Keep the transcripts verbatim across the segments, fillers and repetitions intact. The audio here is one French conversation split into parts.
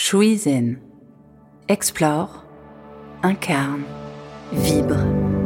Shui Zen. Explore, incarne, vibre.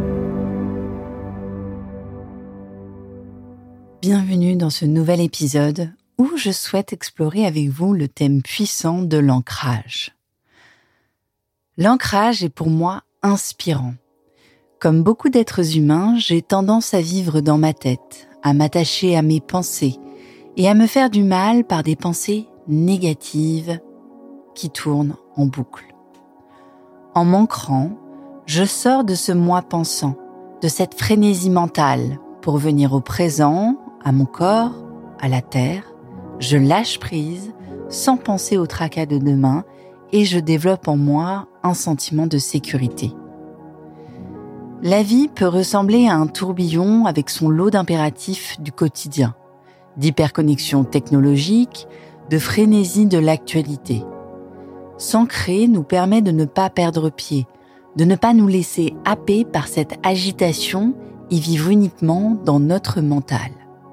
Bienvenue dans ce nouvel épisode où je souhaite explorer avec vous le thème puissant de l'ancrage. L'ancrage est pour moi inspirant. Comme beaucoup d'êtres humains, j'ai tendance à vivre dans ma tête, à m'attacher à mes pensées et à me faire du mal par des pensées négatives qui tournent en boucle. En m'ancrant, je sors de ce moi pensant, de cette frénésie mentale pour venir au présent, à mon corps, à la terre. Je lâche prise sans penser au tracas de demain et je développe en moi un sentiment de sécurité. La vie peut ressembler à un tourbillon avec son lot d'impératifs du quotidien, d'hyperconnexion technologique, de frénésie de l'actualité. S'ancrer nous permet de ne pas perdre pied, de ne pas nous laisser happer par cette agitation et vivre uniquement dans notre mental.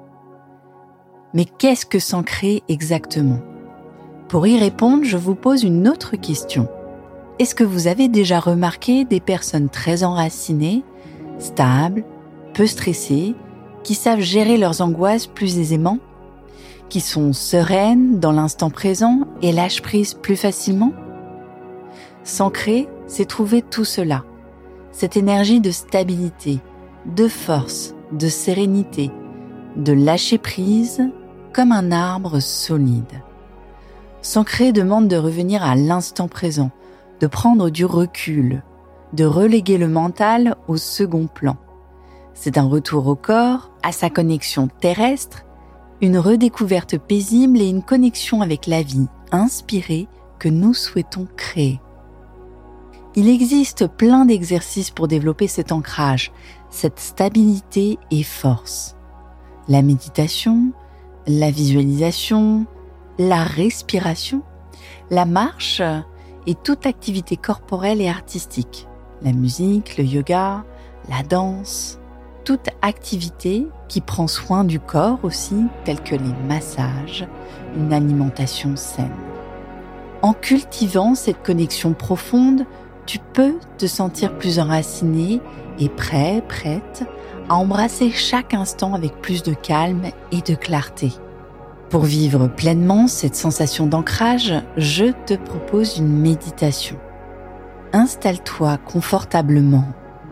Mais qu'est-ce que s'ancrer exactement ? Pour y répondre, je vous pose une autre question. Est-ce que vous avez déjà remarqué des personnes très enracinées, stables, peu stressées, qui savent gérer leurs angoisses plus aisément ? Qui sont sereines dans l'instant présent et lâchent prise plus facilement ? S'ancrer, c'est trouver tout cela, cette énergie de stabilité, de force, de sérénité, de lâcher prise comme un arbre solide. S'ancrer demande de revenir à l'instant présent, de prendre du recul, de reléguer le mental au second plan. C'est un retour au corps, à sa connexion terrestre, une redécouverte paisible et une connexion avec la vie inspirée que nous souhaitons créer. Il existe plein d'exercices pour développer cet ancrage, cette stabilité et force. La méditation, la visualisation, la respiration, la marche et toute activité corporelle et artistique. La musique, le yoga, la danse, toute activité qui prend soin du corps aussi, telle que les massages, une alimentation saine. En cultivant cette connexion profonde, tu peux te sentir plus enraciné et prêt, prête à embrasser chaque instant avec plus de calme et de clarté. Pour vivre pleinement cette sensation d'ancrage, je te propose une méditation. Installe-toi confortablement.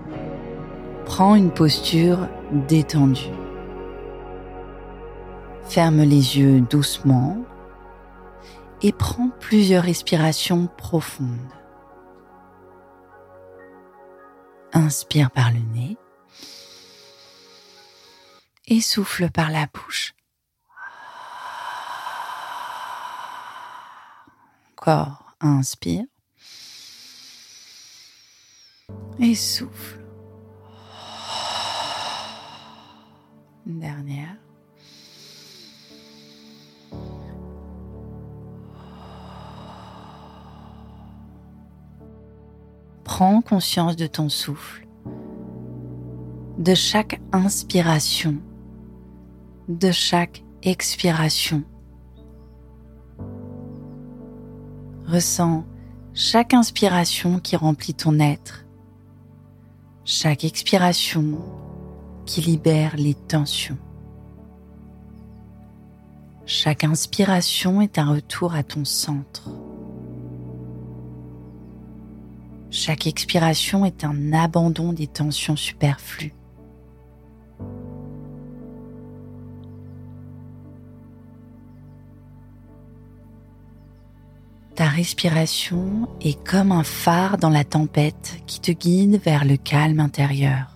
Prends une posture détendue. Ferme les yeux doucement et prends plusieurs respirations profondes. Inspire par le nez et souffle par la bouche. Encore, inspire et souffle. Une dernière. Prends conscience de ton souffle, de chaque inspiration, de chaque expiration. Ressens chaque inspiration qui remplit ton être, chaque expiration qui libère les tensions. Chaque inspiration est un retour à ton centre. Chaque expiration est un abandon des tensions superflues. Ta respiration est comme un phare dans la tempête qui te guide vers le calme intérieur.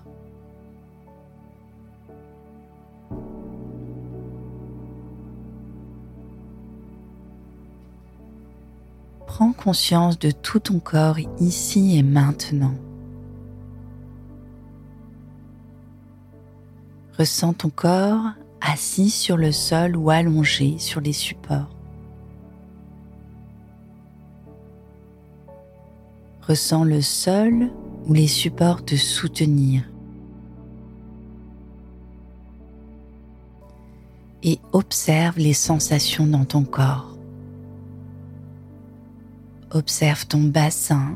Prends conscience de tout ton corps ici et maintenant. Ressens ton corps assis sur le sol ou allongé sur les supports. Ressens le sol ou les supports te soutenir. Et observe les sensations dans ton corps. Observe ton bassin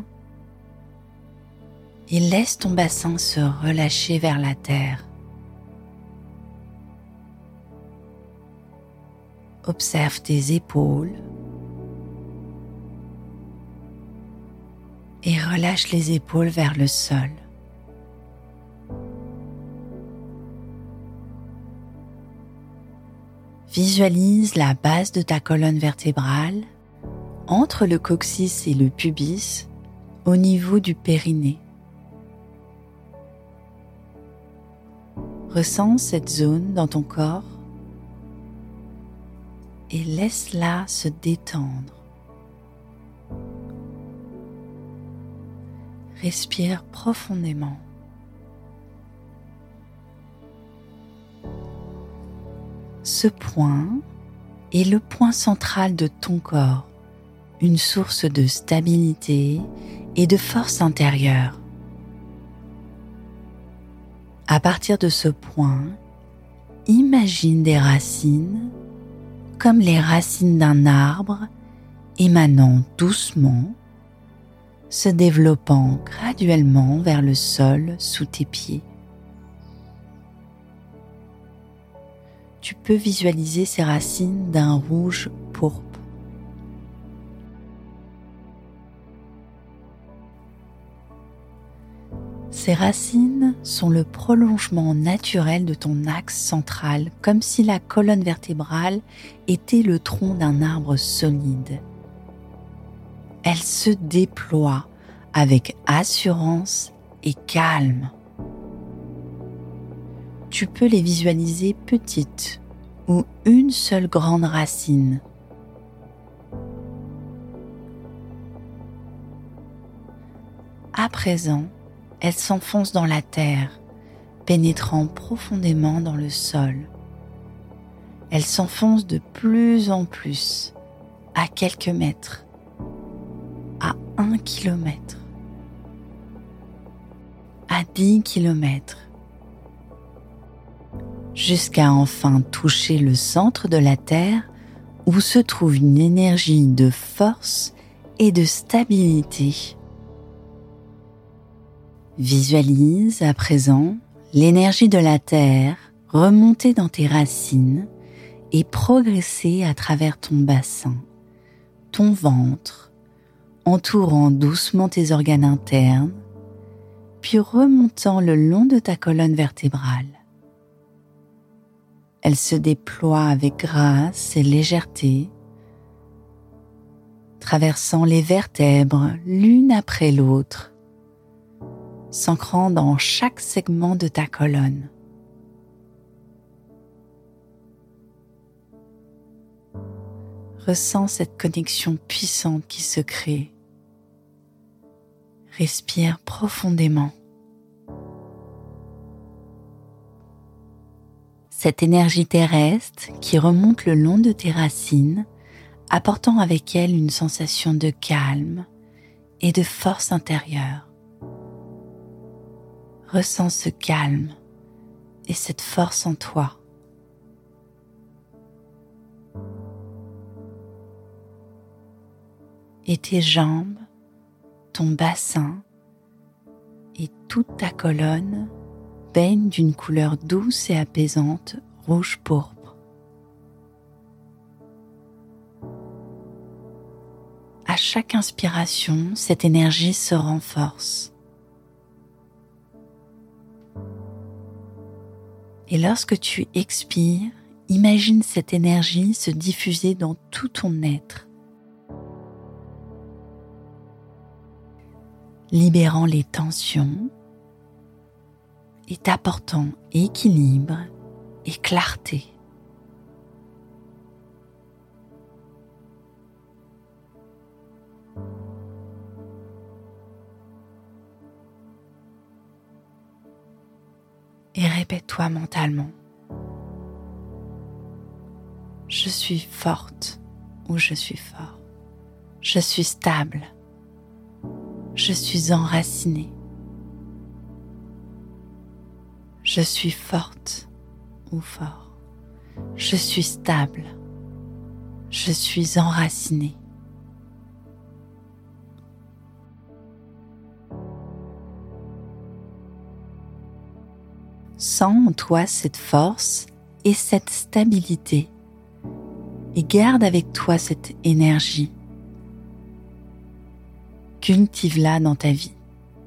et laisse ton bassin se relâcher vers la terre. Observe tes épaules et relâche les épaules vers le sol. Visualise la base de ta colonne vertébrale entre le coccyx et le pubis au niveau du périnée. Ressens cette zone dans ton corps et laisse-la se détendre. Respire profondément. Ce point est le point central de ton corps, une source de stabilité et de force intérieure. À partir de ce point, imagine des racines comme les racines d'un arbre émanant doucement, se développant graduellement vers le sol sous tes pieds. Tu peux visualiser ces racines d'un rouge pourpre. Ces racines sont le prolongement naturel de ton axe central, comme si la colonne vertébrale était le tronc d'un arbre solide. Elles se déploient avec assurance et calme. Tu peux les visualiser petites ou une seule grande racine. À présent, elles s'enfoncent dans la terre, pénétrant profondément dans le sol. Elles s'enfoncent de plus en plus, à quelques mètres, à un kilomètre, à dix kilomètres, jusqu'à enfin toucher le centre de la terre où se trouve une énergie de force et de stabilité. Visualise à présent l'énergie de la terre remonter dans tes racines et progresser à travers ton bassin, ton ventre, entourant doucement tes organes internes, puis remontant le long de ta colonne vertébrale. Elle se déploie avec grâce et légèreté, traversant les vertèbres l'une après l'autre, s'ancrant dans chaque segment de ta colonne. Ressens cette connexion puissante qui se crée. Respire profondément. Cette énergie terrestre qui remonte le long de tes racines, apportant avec elle une sensation de calme et de force intérieure. Ressens ce calme et cette force en toi. Et tes jambes, ton bassin et toute ta colonne baignent d'une couleur douce et apaisante rouge pourpre. À chaque inspiration, cette énergie se renforce. Et lorsque tu expires, imagine cette énergie se diffuser dans tout ton être, libérant les tensions et t'apportant équilibre et clarté. Et répète-toi mentalement: je suis forte ou je suis fort. Je suis stable. Je suis enracinée. Je suis forte ou fort. Je suis stable. Je suis enracinée. Ressens en toi cette force et cette stabilité et garde avec toi cette énergie. Cultive-la dans ta vie.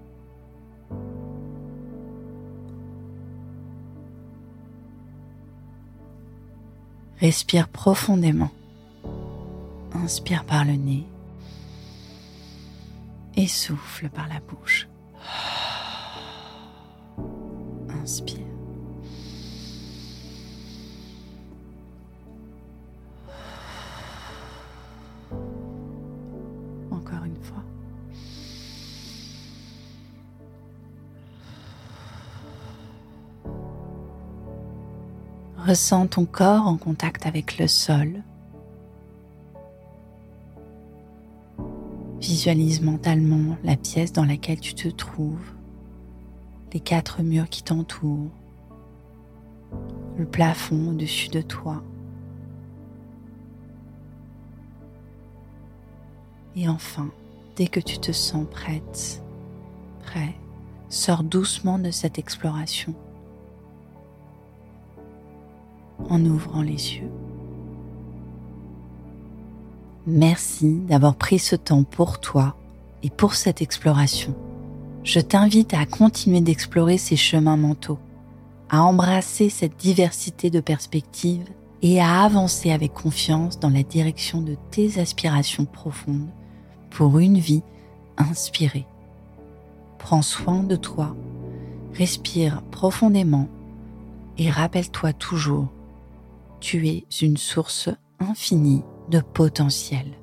Respire profondément. Inspire par le nez et souffle par la bouche. Inspire. Encore une fois. Ressens ton corps en contact avec le sol. Visualise mentalement la pièce dans laquelle tu te trouves, les quatre murs qui t'entourent, le plafond au-dessus de toi. Et enfin, dès que tu te sens prête, prêt, sors doucement de cette exploration en ouvrant les yeux. Merci d'avoir pris ce temps pour toi et pour cette exploration. Je t'invite à continuer d'explorer ces chemins mentaux, à embrasser cette diversité de perspectives et à avancer avec confiance dans la direction de tes aspirations profondes pour une vie inspirée. Prends soin de toi, respire profondément et rappelle-toi toujours, tu es une source infinie de potentiel.